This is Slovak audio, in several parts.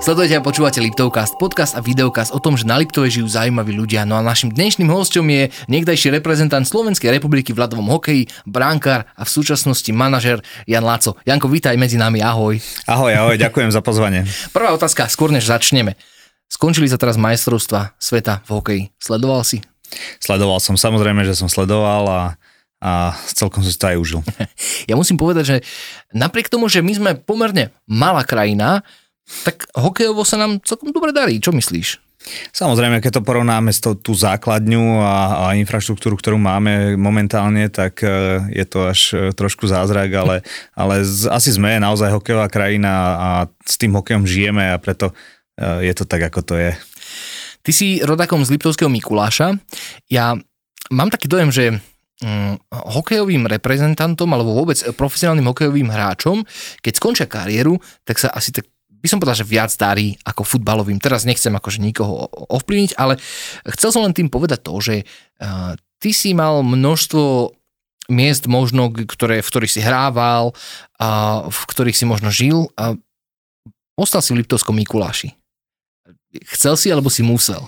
Sledujete a počúvate Liptovcast, podcast a videokast o tom, že na Liptove žijú zaujímaví ľudia. No a našim dnešným hosťom je niekdajší reprezentant Slovenskej republiky v ľadovom hokeji, brankár a v súčasnosti manažer Jan Laco. Janko, vítaj medzi nami, ahoj. Ahoj, ďakujem za pozvanie. Prvá otázka, skôr než začneme. Skončili sa teraz majstrovstvá sveta v hokeji. Sledoval si? Sledoval som, samozrejme, že som sledoval a celkom som si to aj užil. Ja musím povedať, že napriek tomu, že my sme pomerne malá krajina, tak hokejovo sa nám celkom dobre darí. Čo myslíš? Samozrejme, keď to porovnáme s tú základňu a infraštruktúru, ktorú máme momentálne, tak je to až trošku zázrak, ale asi sme naozaj hokejová krajina a s tým hokejom žijeme a preto je to tak, ako to je. Ty si rodákom z Liptovského Mikuláša. Ja mám taký dojem, že hokejovým reprezentantom alebo vôbec profesionálnym hokejovým hráčom, keď skončia kariéru, tak sa asi tak by som povedal, že viac darí ako futbalovým. Teraz nechcem akože nikoho ovplyvniť, ale chcel som len tým povedať to, že ty si mal množstvo miest možno, v ktorých si hrával, v ktorých si možno žil a ostal si v Liptovskom Mikuláši. Chcel si alebo si musel?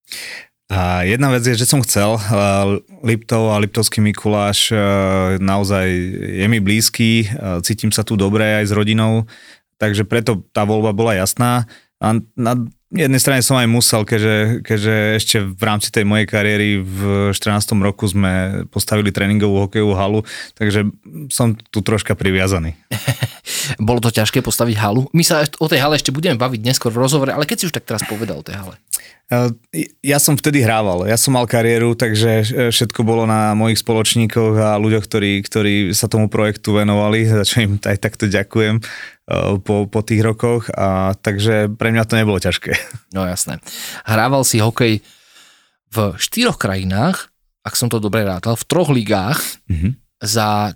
A jedna vec je, že som chcel. Liptov a Liptovský Mikuláš naozaj je mi blízky, cítim sa tu dobre aj s rodinou, takže preto tá voľba bola jasná. A na jednej strane som aj musel, keďže ešte v rámci tej mojej kariéry v 14. roku sme postavili tréningovú hokejovú halu, takže som tu troška priviazaný. Bolo to ťažké postaviť halu? My sa o tej hale ešte budeme baviť neskôr v rozhovore, ale keď si už tak teraz povedal o tej hale. Ja som vtedy hrával, ja som mal kariéru, takže všetko bolo na mojich spoločníkoch a ľuďoch, ktorí sa tomu projektu venovali, za čo im aj takto ďakujem po tých rokoch, a takže pre mňa to nebolo ťažké. No jasné. Hrával si hokej v 4 krajinách, ak som to dobre rátal, v 3 ligách za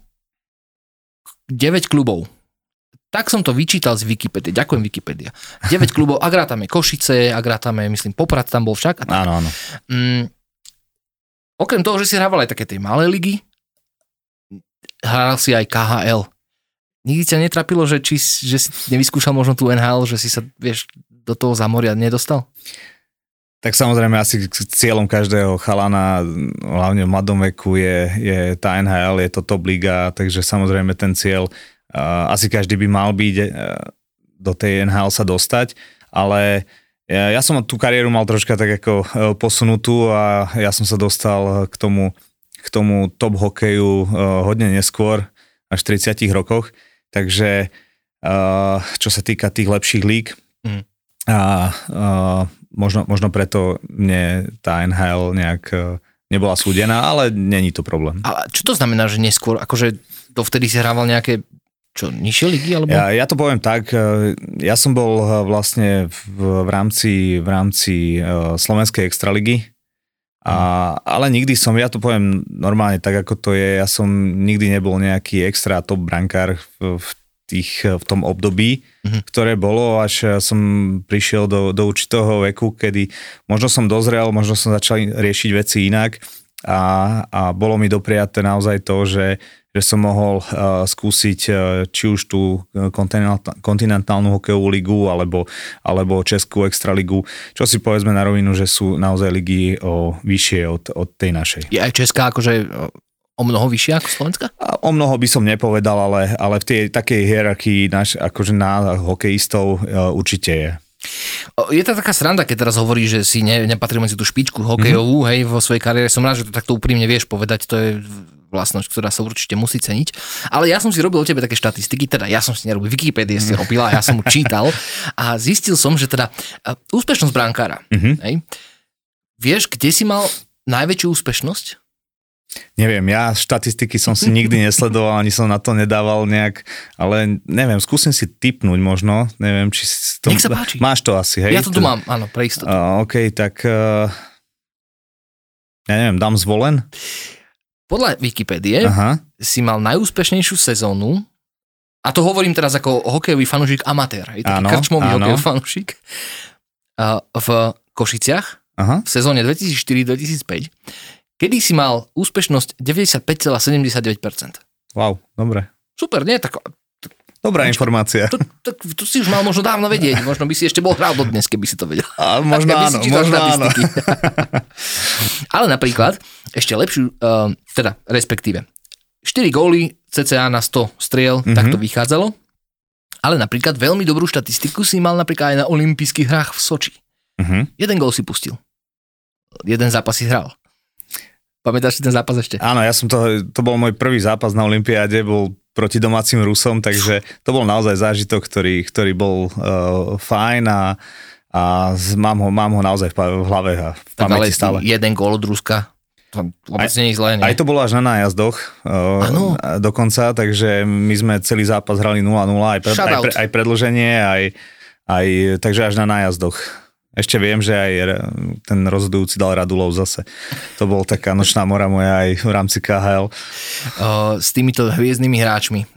9 klubov. Tak som to vyčítal z Wikipédie. Ďakujem Wikipedia. 9 klubov, ak rátame Košice, ak rátame, myslím, Poprad tam bol však. Áno. Okrem toho, že si hrával aj také tie malé ligy, hral si aj KHL. Nikdy ťa netrapilo, že si nevyskúšal možno tú NHL, že si sa, vieš, do toho zamoria nedostal? Tak samozrejme asi cieľom každého chalana, hlavne v mladom veku, je tá NHL, je to top liga, takže samozrejme ten cieľ asi každý by mal byť do tej NHL sa dostať, ale ja som tú kariéru mal troška tak ako posunutú a ja som sa dostal k tomu top hokeju hodne neskôr, až v 30 rokoch, takže čo sa týka tých lepších líg možno preto mne tá NHL nejak nebola súdená, ale není to problém. A čo to znamená, že neskôr, akože dovtedy si hrával nejaké nižšie ligy? Alebo? Ja to poviem tak, ja som bol vlastne v rámci Slovenskej extraligy, ale nikdy ja to poviem normálne tak, ako to je, ja som nikdy nebol nejaký extra top brankár v tom období, ktoré bolo, až som prišiel do určitého veku, kedy možno som dozrel, možno som začal riešiť veci inak a bolo mi dopriaté naozaj to, že som mohol skúsiť či už tú kontinentálnu hokejovú ligu alebo Českú extraligu, čo si povedzme na rovinu, že sú naozaj ligy vyššie od tej našej. Je aj Česká akože o mnoho vyššia ako Slovenská? O mnoho by som nepovedal, ale v tej takej hierarchii akože na hokejistov určite je. Je to taká sranda, keď teraz hovorí, že si nepatrí medzi tú špičku hokejovú, hej, vo svojej kariére. Som rád, že to takto úprimne vieš povedať, to je vlastnosť, ktorá sa určite musí ceniť. Ale ja som si robil o tebe také štatistiky, teda ja som si nerobil, Wikipédia si robila, ja som mu čítal a zistil som, že teda úspešnosť brankára. Hej, vieš, kde si mal najväčšiu úspešnosť? Neviem, ja štatistiky som si nikdy nesledoval, ani som na to nedával nejak, ale neviem, skúsim si tipnúť možno, neviem, či si to... Nech sa páči. Máš to asi, hej? Ja to tu mám, áno, pre istotu. OK, tak ja neviem, dám Zvolen? Podľa Wikipédie si mal najúspešnejšiu sezónu, a to hovorím teraz ako hokejový fanúšik amatér, taký krčmový hokejový fanúšik, v Košiciach v sezóne 2004-2005, kedy si mal úspešnosť 95,79%. Wow, dobre. Super, nie? Tak Dobrá informácia. To si už mal možno dávno vedieť, možno by si ešte bol hral dodnes, keby si to vedel. A možno áno, možno áno. Ale napríklad, ešte lepšiu, teda respektíve, 4 góly cca na 100 striel, tak to vychádzalo. Ale napríklad veľmi dobrú štatistiku si mal napríklad aj na olympijských hrách v Soči. Jeden gól si pustil. Jeden zápas si hral. Pamätáš si ten zápas ešte? Áno, to bol môj prvý zápas na olympiáde, bol proti domácim Rusom, takže to bol naozaj zážitok, ktorý bol fajn a mám ho naozaj v hlave a v pamäti stále. Jeden gól od Ruska, to vôbec nie je zlé, nie? Aj to bolo až na nájazdoch dokonca, takže my sme celý zápas hrali 0-0, aj predĺženie, takže až na nájazdoch. Ešte viem, že aj ten rozhodujúci dal Radulov zase. To bol taká nočná mora moja aj v rámci KHL. S týmito hviezdnymi hráčmi.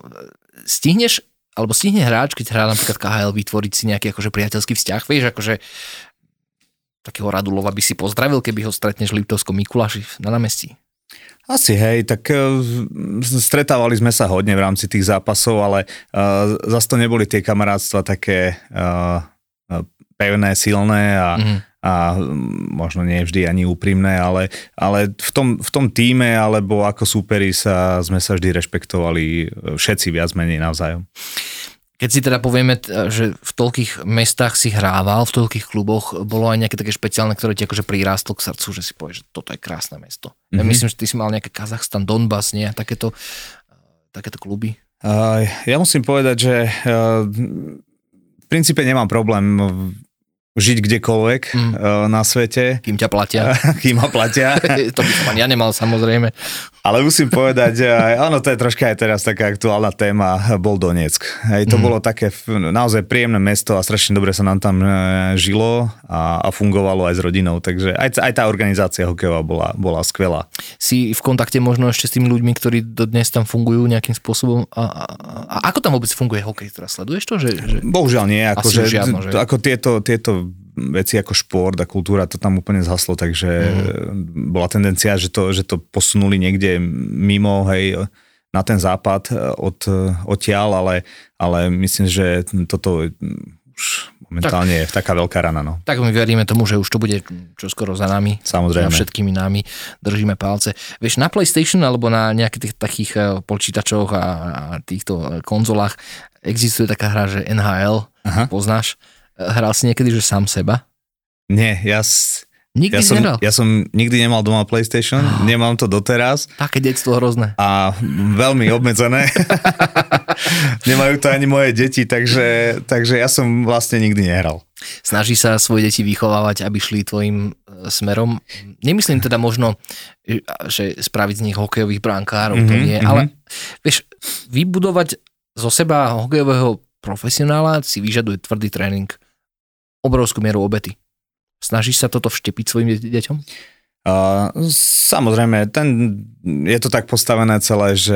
Stihne hráč, keď hrá napríklad KHL, vytvoriť si nejaký akože priateľský vzťah? Vieš, akože takého Radulova by si pozdravil, keby ho stretneš v Liptovskom Mikuláši na námestí? Asi, hej, tak stretávali sme sa hodne v rámci tých zápasov, ale zase to neboli tie kamarátstva také pevné, silné a možno nie vždy ani úprimné, ale v tom tíme alebo ako súperi sme sa vždy rešpektovali všetci viac menej navzájom. Keď si teda povieme, že v toľkých mestách si hrával, v toľkých kluboch, bolo aj nejaké také špeciálne, ktoré ti akože prirástlo k srdcu, že si povieš, že toto je krásne mesto. Ja myslím, že ty si mal nejaké Kazachstan, Donbas, nie? Takéto kluby. Ja musím povedať, že v princípe nemám problém žiť kdekoľvek na svete. Kým ťa platia. Kým ma platia. To by som ja nemal, samozrejme. Ale musím povedať, že áno, to je troška aj teraz taká aktuálna téma, bol Donetsk. To bolo také naozaj príjemné mesto a strašne dobre sa nám tam žilo a fungovalo aj s rodinou, takže aj tá organizácia hokejová bola skvelá. Si v kontakte možno ešte s tými ľuďmi, ktorí dodnes tam fungujú nejakým spôsobom? A ako tam vôbec funguje hokej? Teraz sleduješ to? Bohužiaľ nie. Žiadno, že? Ako tieto veci ako šport a kultúra, to tam úplne zhaslo, takže bola tendencia, že to posunuli niekde mimo, hej, na ten západ odtiaľ, ale myslím, že toto už momentálne je taká veľká rana. No. Tak my veríme tomu, že už to bude čoskoro za nami. Samozrejme. Za všetkými nami. Držíme palce. Vieš, na PlayStation alebo na nejakých takých počítačoch a týchto konzolách existuje taká hra, že NHL. Aha. Poznáš? Hral si niekedy, že sám seba? Nie, Nikdy si nehral? Ja som nikdy nemal doma PlayStation, nemám to doteraz. Také detstvo hrozné. A veľmi obmedzené. Nemajú to ani moje deti, takže ja som vlastne nikdy nehral. Snaží sa svoje deti vychovávať, aby šli tvojim smerom? Nemyslím teda možno, že spraviť z nich hokejových brankárov, to nie, ale vieš, vybudovať zo seba hokejového profesionála si vyžaduje tvrdý tréning, obrovskú mieru obety. Snažíš sa toto vštepiť svojim deťom? Samozrejme, je to tak postavené celé, že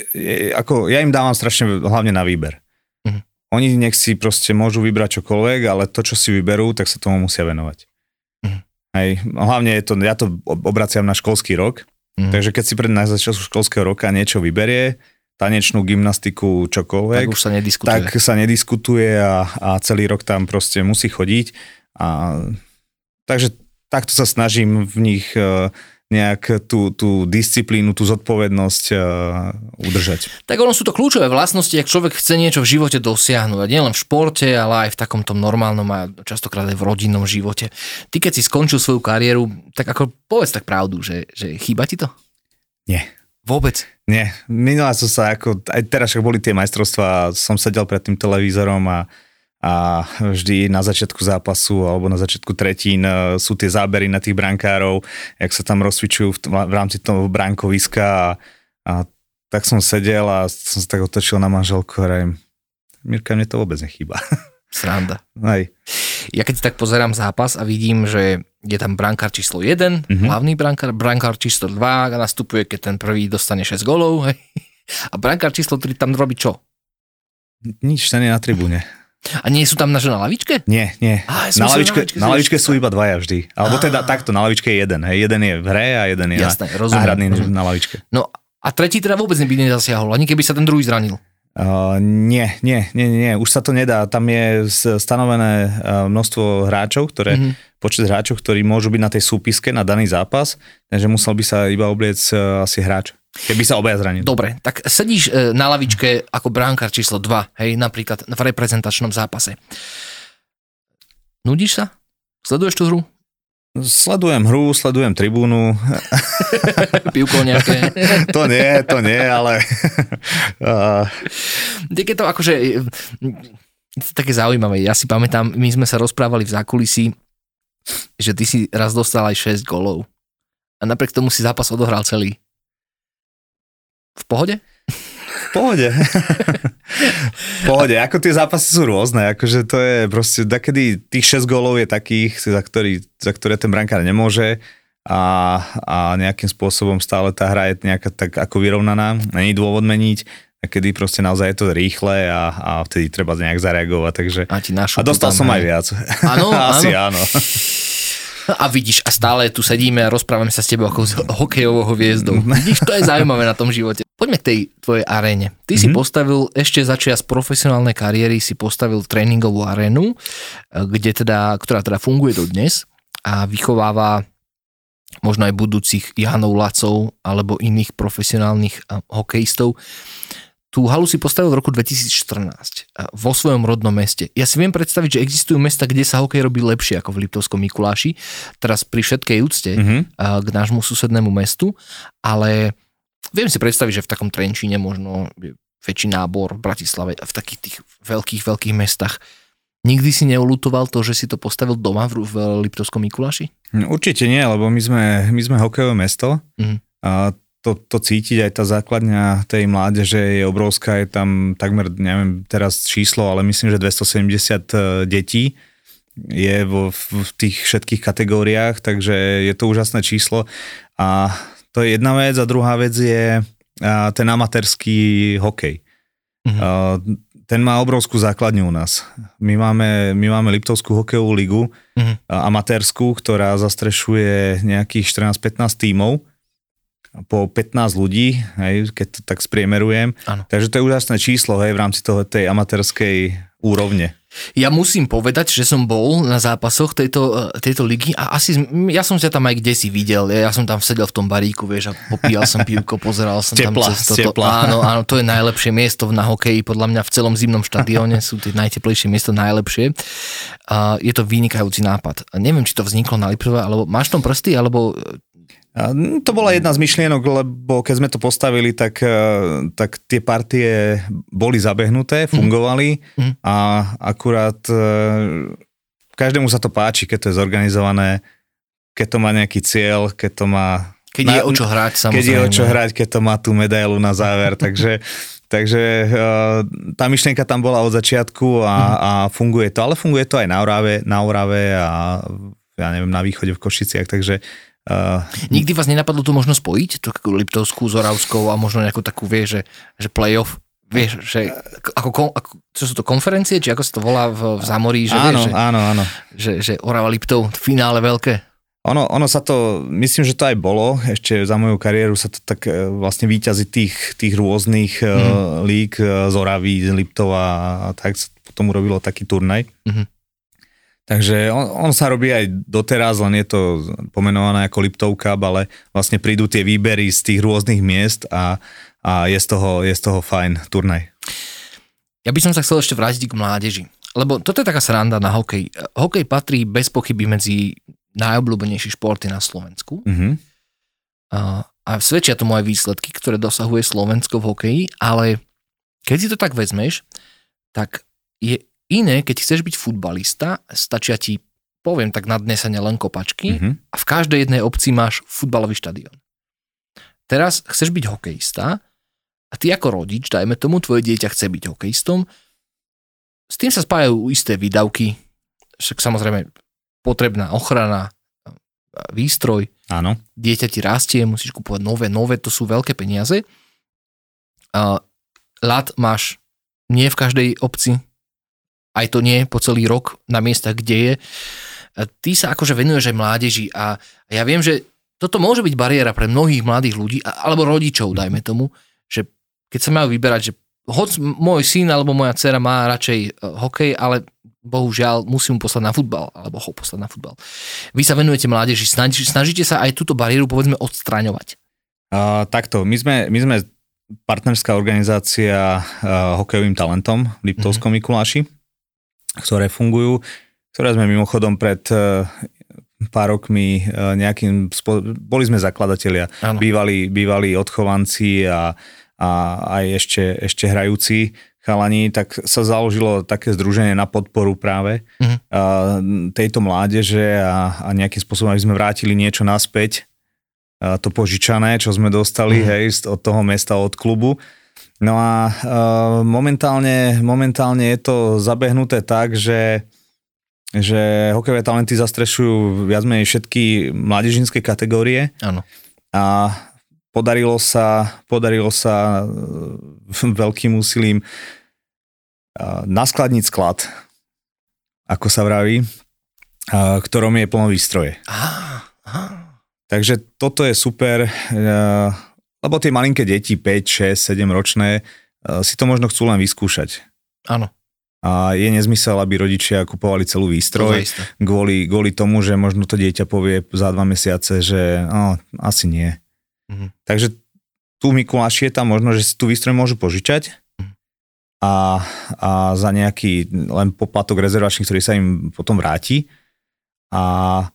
ja im dávam strašne hlavne na výber. Oni nech si proste môžu vybrať čokoľvek, ale to, čo si vyberú, tak sa tomu musia venovať. Hej, hlavne ja to obraciam na školský rok, takže keď si pred na začiatku školského roka niečo vyberie, tanečnú gymnastiku, čokoľvek, tak sa nediskutuje a celý rok tam proste musí chodiť. Takže takto sa snažím v nich nejak tú disciplínu, tú zodpovednosť udržať. Tak ono sú to kľúčové vlastnosti, ak človek chce niečo v živote dosiahnuť. A nielen v športe, ale aj v takomto normálnom a častokrát aj v rodinnom živote. Ty, keď si skončil svoju kariéru, tak ako povedz tak pravdu, že chýba ti to? Nie. Vôbec? Nie. Minula som sa aj teraz, ak boli tie majstrovstvá, som sedel pred tým televízorom a vždy na začiatku zápasu alebo na začiatku tretín sú tie zábery na tých brankárov, jak sa tam rozcvičujú v rámci toho bránkoviska a tak som sedel a som sa tak otočil na manželku a hovorím, Mirka, mne to vôbec nechýba. Sranda. Aj. Ja keď si tak pozerám zápas a vidím, že je tam brankár číslo 1, hlavný brankár číslo 2 nastupuje, keď ten prvý dostane 6 gólov, a brankár číslo 3 tam robí čo? Nič, ten je na tribúne. A nie sú tam na lavičke? Nie. Na lavičke sú iba dvaja vždy. Alebo teda takto, na lavičke je jeden. Hej. Jeden je v hre a jeden je náhradný na lavičke. No a tretí teda vôbec by nezasiahol, ani keby sa ten druhý zranil. Nie. Už sa to nedá. Tam je stanovené množstvo hráčov, počet hráčov, ktorí môžu byť na tej súpiske na daný zápas, takže musel by sa iba obliec asi hráč, keby sa obaja zranili. Dobre, tak sedíš na lavičke ako bránkar číslo 2, hej, napríklad v reprezentačnom zápase. Nudíš sa? Sleduješ tú hru? Sledujem hru, sledujem tribúnu. Pivko nejaké. To nie, ale... Tak je to akože... také zaujímavé. Ja si pamätám, my sme sa rozprávali v zákulisí, že ty si raz dostal aj 6 golov. A napriek tomu si zápas odohral celý. V pohode? V pohode. V pohode. Ako tie zápasy sú rôzne. Akože to je proste, takedy tých 6 gólov je takých, za ktoré ten brankár nemôže a nejakým spôsobom stále tá hra je nejaká tak ako vyrovnaná. Není dôvod meniť. A kedy proste naozaj je to rýchle a vtedy treba nejak zareagovať. Takže... A dostal som aj viac. Áno? Asi áno. A vidíš, a stále tu sedíme a rozprávame sa s tebou ako s hokejovou hviezdou. Vidíš, to je zaujímavé na tom živote. Poďme k tej tvojej aréne. Ty si postavil, ešte začias profesionálnej kariéry, si postavil tréningovú arénu, ktorá teda funguje dodnes a vychováva možno aj budúcich Janov Lacov alebo iných profesionálnych hokejistov. Tú halu si postavil v roku 2014 vo svojom rodnom meste. Ja si viem predstaviť, že existujú mesta, kde sa hokej robí lepšie ako v Liptovskom Mikuláši. Teraz pri všetkej úcte k nášmu susednému mestu, ale viem si predstaviť, že v takom Trenčíne možno väčší nábor v Bratislave, v takých tých veľkých mestách. Nikdy si neulutoval to, že si to postavil doma v Liptovskom Mikuláši? Určite nie, lebo my sme hokejové mesto. A to cítiť, aj tá základňa tej mládeže je obrovská, je tam takmer, neviem teraz číslo, ale myslím, že 270 detí je v tých všetkých kategóriách, takže je to úžasné číslo a to je jedna vec a druhá vec je ten amatérský hokej. Ten má obrovskú základňu u nás. My máme Liptovskú hokejovú ligu amatérskú, ktorá zastrešuje nejakých 14-15 tímov po 15 ľudí, hej, keď to tak spriemerujem. Ano. Takže to je úžasné číslo, hej, v rámci tej amatérskej úrovne. Ja musím povedať, že som bol na zápasoch tejto ligy a asi, ja som sa tam aj kdesi videl, ja som tam sedel v tom baríku, vieš, a popíjal som pivko, pozeral som tam cez toto. Áno, to je najlepšie miesto na hokeji, podľa mňa v celom zimnom štadióne sú tie najteplejšie miesto najlepšie. Je to vynikajúci nápad. Neviem, či to vzniklo na Liptove, alebo máš tam prsty, alebo... To bola jedna z myšlienok, lebo keď sme to postavili, tak tie partie boli zabehnuté, fungovali a akurát každému sa to páči, keď to je zorganizované, keď to má nejaký cieľ, keď to má... Keď je o čo hrať, samozrejme. Keď je o čo hrať, keď to má tú medailu na záver, takže tá myšlienka tam bola od začiatku a funguje to, ale funguje to aj na Orave a ja neviem, na východe v Košiciach, takže nikdy vás nenapadlo to možno spojiť, tú Liptovskú s Oravskou a možno nejakú takú, vieš, že playoff, vieš, že čo sú to konferencie, či ako sa to volá v zámorí, že áno, vieš, áno. Že Orava Liptov, finále veľké. Ono sa to, myslím, že to aj bolo, ešte za moju kariéru sa to tak vlastne víťazi tých rôznych líg z Oravy, z Liptova a tak sa potom urobilo taký turnaj. Takže on sa robí aj doteraz, len je to pomenované ako Liptov Cup, ale vlastne prídu tie výbery z tých rôznych miest a je z toho fajn turnaj. Ja by som sa chcel ešte vrátiť k mládeži, lebo toto je taká sranda na hokej. Hokej patrí bez pochyby medzi najobľúbenejšie športy na Slovensku. A svedčia tomu aj výsledky, ktoré dosahuje Slovensko v hokeji, ale keď si to tak vezmeš, tak je iné, keď chceš byť futbalista, stačia ti, poviem tak nadnesene, len kopačky a v každej jednej obci máš futbalový štadión. Teraz chceš byť hokejista a ty ako rodič, dajme tomu, tvoje dieťa chce byť hokejistom, s tým sa spájajú isté výdavky, však samozrejme potrebná ochrana, výstroj, áno. Dieťa ti rastie, musíš kúpovať nové, to sú veľké peniaze. Ľad máš nie v každej obci, aj to nie po celý rok na miestach, kde je. Ty sa akože venuješ aj mládeži a ja viem, že toto môže byť bariéra pre mnohých mladých ľudí, alebo rodičov, dajme tomu, že keď sa majú vyberať, že hoď môj syn alebo moja dcera má radšej hokej, ale bohužiaľ musím mu poslať na futbal, alebo ho poslať na futbal. Vy sa venujete mládeži, snažíte sa aj túto bariéru povedzme odstraňovať? Takto, my sme partnerská organizácia hokejovým talentom v Liptovskom Mikuláši, ktoré fungujú, ktoré sme mimochodom pred pár rokmi boli sme zakladatelia, bývalí odchovanci a aj ešte hrajúci chalani, tak sa založilo také združenie na podporu práve tejto mládeže a nejakým spôsobom, aby sme vrátili niečo naspäť, to požičané, čo sme dostali od toho mesta, od klubu. No a momentálne je to zabehnuté tak, že hokejové talenty zastrešujú viac menej všetky mládežnícke kategórie. Áno. A podarilo sa veľkým úsilím naskladniť sklad, ako sa vraví, ktorom je plno výstroje. Takže toto je super, lebo tie malinké deti, 5, 6, 7 ročné, si to možno chcú len vyskúšať. Áno. A je nezmysel, aby rodičia kupovali celú výstroj kvôli tomu, že možno to dieťa povie za 2 mesiace, že asi nie. Takže tu Mikuláši je tam možno, že si tú výstroj môžu požičať a za nejaký len poplatok rezervačný, ktorý sa im potom vráti a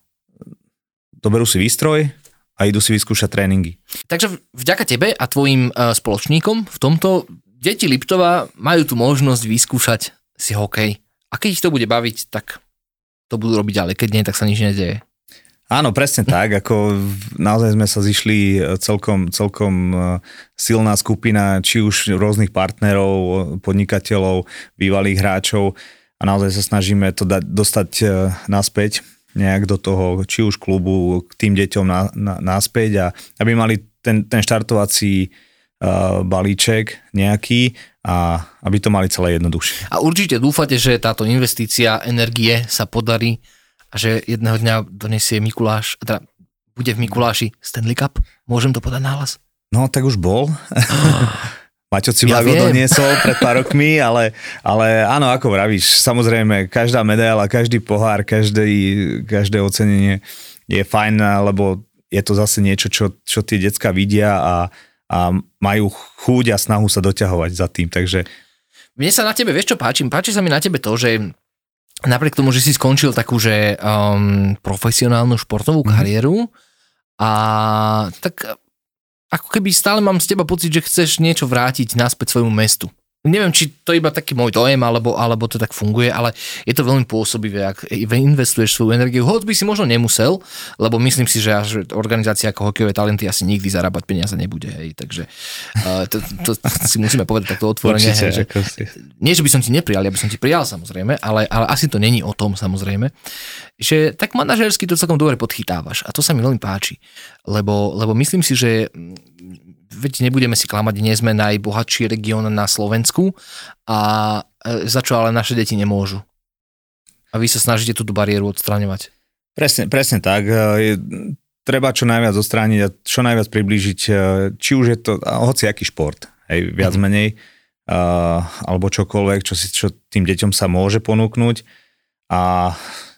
doberú si výstroj a idú si vyskúšať tréningy. Takže vďaka tebe a tvojim spoločníkom v tomto deti Liptova majú tu možnosť vyskúšať si hokej. A keď ich to bude baviť, tak to budú robiť ďalej. Keď nie, tak sa nič nedeje. Áno, presne tak. Ako naozaj sme sa zišli celkom silná skupina, či už rôznych partnerov, podnikateľov, bývalých hráčov a naozaj sa snažíme to dostať naspäť nejak do toho, či už klubu, k tým deťom naspäť a aby mali ten štartovací balíček nejaký a aby to mali celé jednoduchšie. A určite dúfate, že táto investícia energie sa podarí a že jedného dňa donesie Mikuláš, teda bude v Mikuláši Stanley Cup? Môžem to povedať nahlas? No, tak už bol. Maťo Cibago doniesol pred pár rokmi, ale áno, ako vravíš, samozrejme, každá medaila, každý pohár, každé ocenenie je fajn, lebo je to zase niečo, čo tie decká vidia a majú chuť a snahu sa doťahovať za tým, takže... Mne sa na tebe, vieš čo páči? Páči sa mi na tebe to, že napriek tomu, že si skončil takú, že profesionálnu športovú kariéru a tak ako keby stále mám z teba pocit, že chceš niečo vrátiť naspäť svojmu mestu. Neviem, či to iba taký môj dojem, alebo to tak funguje, ale je to veľmi pôsobivé, ak investuješ svoju energiu. Hoď by si možno nemusel, lebo myslím si, že až organizácia ako hokejové talenty asi nikdy zarábať peniaze nebude. Hej. Takže to si musíme povedať takto otvorene. Určite, nie, že by som ti neprijal, ja by som ti prijal samozrejme, ale asi to není o tom samozrejme. Že tak manažérsky to celkom dobre podchytávaš a to sa mi veľmi páči, lebo myslím si, že veď nebudeme si klamať, nie sme najbohatší región na Slovensku a za čo ale naše deti nemôžu. A vy sa snažíte túto bariéru odstraňovať. Presne tak. Treba čo najviac odstrániť a čo najviac priblížiť, či už je to hociaký šport, hej, viac menej, alebo čokoľvek, čo tým deťom sa môže ponúknuť. A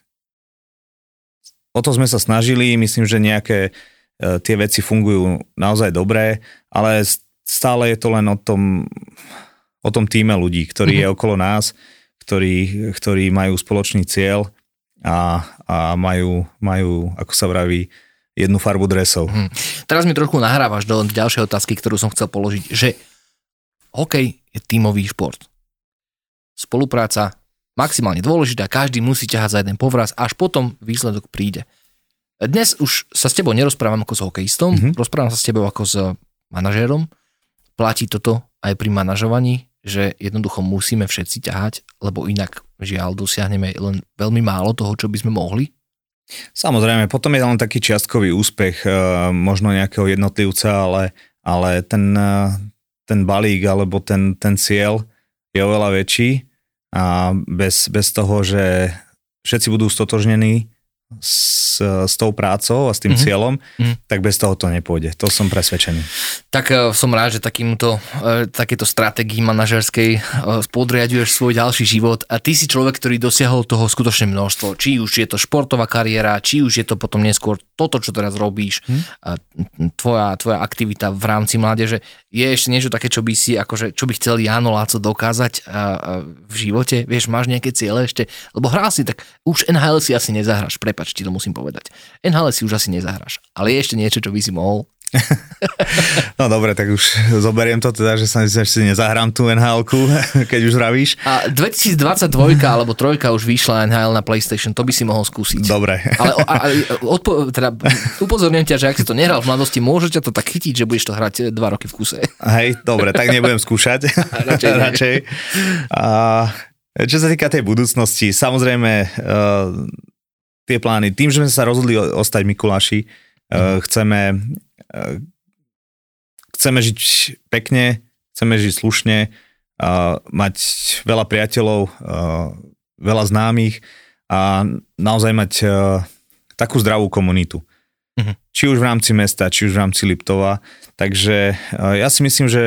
o to sme sa snažili, myslím, že nejaké tie veci fungujú naozaj dobre, ale stále je to len o tom tíme ľudí, ktorí je okolo nás, ktorí majú spoločný cieľ a majú, ako sa vraví, jednu farbu dresov. Teraz mi trochu nahrávaš do ďalšej otázky, ktorú som chcel položiť, že hokej je tímový šport. Spolupráca maximálne dôležitá, každý musí ťahať za jeden povraz, až potom výsledok príde. Dnes už sa s tebou nerozprávam ako s hokejistom, rozprávam sa s tebou ako s manažérom. Platí toto aj pri manažovaní, že jednoducho musíme všetci ťahať, lebo inak žiaľ dosiahneme len veľmi málo toho, čo by sme mohli. Samozrejme, potom je len taký čiastkový úspech možno nejakého jednotlivca, ale ten balík alebo ten cieľ je oveľa väčší a bez toho, že všetci budú stotožnení s tou prácou a s tým cieľom, tak bez toho to nepôjde. To som presvedčený. Tak som rád, že takéto stratégii manažerskej podriaďuješ svoj ďalší život a ty si človek, ktorý dosiahol toho skutočne množstvo. Či už je to športová kariéra, či už je to potom neskôr toto, čo teraz robíš, tvoja aktivita v rámci mládeže. Je ešte niečo také, čo by chcel Jáno Láco dokázať v živote? Vieš, máš nejaké ciele ešte? Lebo hral si, tak už NHL si asi nezahráš, prepáč, ti to musím povedať. NHL si už asi nezahráš, ale je ešte niečo, čo by si mohol? No dobre, tak už zoberiem to teda, že si nezahrám tú NHL-ku, keď už vravíš. A 2022 alebo 3 už vyšla NHL na PlayStation, to by si mohol skúsiť. Dobre. Ale upozorňujem ťa, že ak si to nehral v mladosti, môže ťa to tak chytiť, že budeš to hrať 2 roky v kuse. Hej, dobre, tak nebudem skúšať. Radšej. A čo sa týka tej budúcnosti, samozrejme tie plány, tým, že sme sa rozhodli ostať v Mikuláši, chceme žiť pekne, chceme žiť slušne, mať veľa priateľov, veľa známych a naozaj mať takú zdravú komunitu. Či už v rámci mesta, či už v rámci Liptova. Takže ja si myslím, že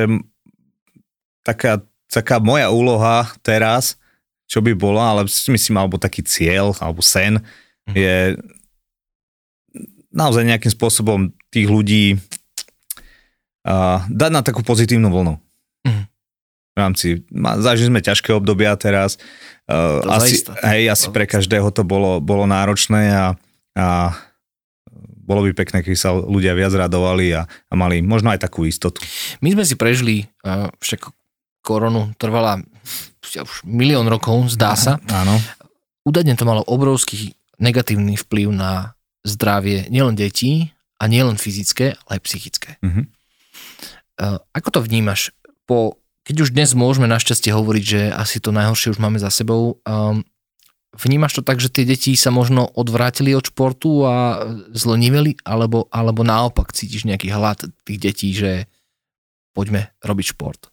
taká moja úloha teraz, čo by bola, ale si myslím, alebo taký cieľ, alebo sen, je naozaj nejakým spôsobom tých ľudí dať na takú pozitívnu vlnu. V rámci, zažili sme ťažké obdobia teraz, asi pre každého to bolo náročné a bolo by pekné, keď sa ľudia viac radovali a mali možno aj takú istotu. My sme si prežili, však koronu trvala už 1 000 000 rokov, zdá sa. Áno. Údajne to malo obrovský negatívny vplyv na zdravie nielen detí a nielen fyzické, ale aj psychické. Ako to vnímaš? Keď už dnes môžeme našťastie hovoriť, že asi to najhoršie už máme za sebou, vnímaš to tak, že tie deti sa možno odvrátili od športu a zleniveli, alebo naopak cítiš nejaký hlad tých detí, že poďme robiť šport?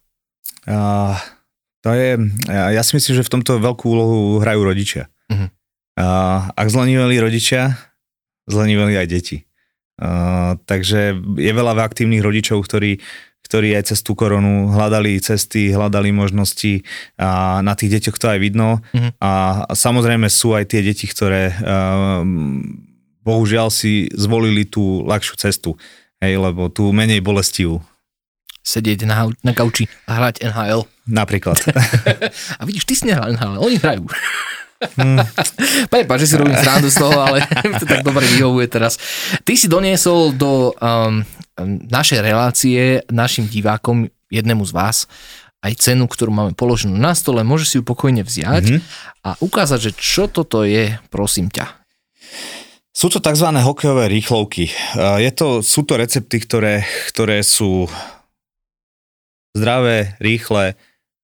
Ja si myslím, že v tomto veľkú úlohu hrajú rodičia. Ak zleniveli rodičia, zleniveli aj deti. Takže je veľa aktívnych rodičov, ktorí aj cez tú koronu hľadali cesty, hľadali možnosti a na tých deťoch to aj vidno. A samozrejme sú aj tie deti, ktoré bohužiaľ si zvolili tú ľahšiu cestu, lebo tú menej bolestivú. Sedieť na kauči a hrať NHL. Napríklad. A vidíš, ty si nehral NHL, oni hrajú. Prepáč, že si robím srandu z toho, ale to tak dobre vyhovuje teraz. Ty si doniesol do našej relácie našim divákom, jednému z vás, aj cenu, ktorú máme položenú na stole, môžeš si ju pokojne vziať a ukázať, že čo toto je, prosím ťa. Sú to tzv. Hokejové rýchlovky. Sú to recepty, ktoré sú zdravé, rýchle,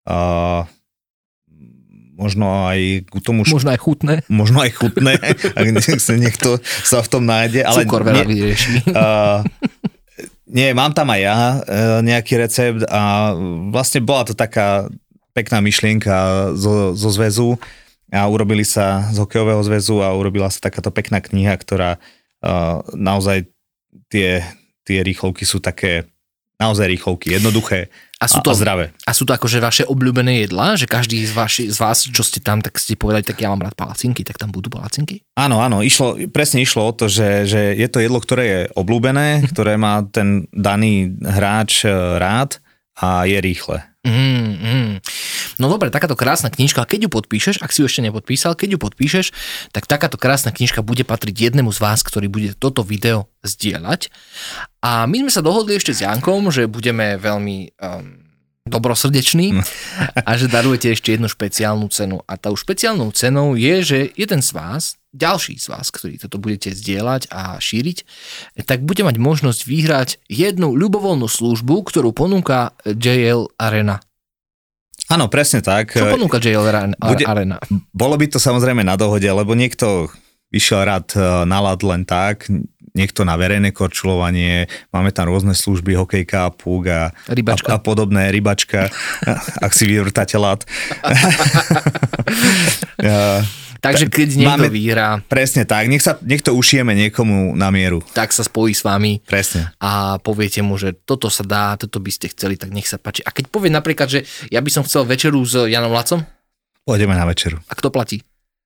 možno aj k tomu... Možno aj chutné. Možno aj chutné, ak niekto sa v tom nájde. Ale cukor veľa vyrieši. Nie, mám tam aj ja nejaký recept a vlastne bola to taká pekná myšlienka zo zväzu a urobili sa z hokejového zväzu a urobila sa takáto pekná kniha, ktorá naozaj tie rýchlovky sú také naozaj rýchlovky, jednoduché a zdravé. A sú to akože vaše obľúbené jedlá? Že každý z vás, čo ste tam, tak ste povedali, tak ja mám rád palacinky, tak tam budú palacinky? Áno, presne išlo o to, že je to jedlo, ktoré je obľúbené, ktoré má ten daný hráč rád a je rýchle. No dobre, takáto krásna knižka, keď ju podpíšeš, ak si ju ešte nepodpísal, keď ju podpíšeš, tak takáto krásna knižka bude patriť jednému z vás, ktorý bude toto video zdieľať. A my sme sa dohodli ešte s Jankom, že budeme veľmi dobrosrdeční a že darujete ešte jednu špeciálnu cenu. A tou špeciálnou cenou je, že jeden z vás, ďalší z vás, ktorí toto budete zdieľať a šíriť, tak bude mať možnosť vyhrať jednu ľubovoľnú službu, ktorú ponúka JL Arena. Áno, presne tak. Čo ponúka JL Arena? Bolo by to samozrejme na dohode, lebo niekto išiel rád na ľad len tak, niekto na verejné korčulovanie, máme tam rôzne služby, hokejka, púk a podobné, rybačka, ak si vyvrtáte ľad. Takže keď niekto vyhrá... Presne tak, nech to ušijeme niekomu na mieru. Tak sa spojí s vami. Presne. A poviete mu, že toto sa dá, toto by ste chceli, tak nech sa páči. A keď povie napríklad, že ja by som chcel večeru s Janom Lacom? Pôjdeme na večeru. A kto platí?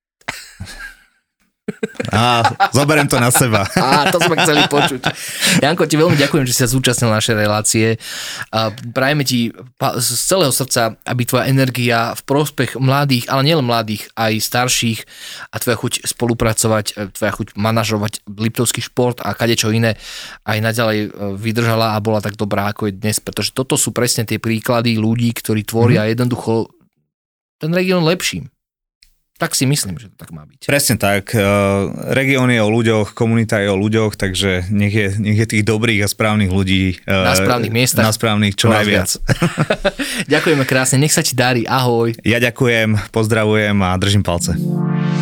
Zoberiem to na seba. To sme chceli počuť. Janko, ti veľmi ďakujem, že si sa zúčastnil našej relácie. Prajeme ti z celého srdca, aby tvoja energia v prospech mladých, ale nielen mladých, aj starších a tvoja chuť spolupracovať, tvoja chuť manažovať liptovský šport a kadečo iné aj naďalej vydržala a bola tak dobrá, ako je dnes, pretože toto sú presne tie príklady ľudí, ktorí tvoria jednoducho ten región lepším. Tak si myslím, že to tak má byť. Presne tak. Región je o ľuďoch, komunita je o ľuďoch, takže nech je tých dobrých a správnych ľudí na správnych miestach. Na správnych čo najviac. Ďakujeme krásne, nech sa ti darí, ahoj. Ja ďakujem, pozdravujem a držím palce.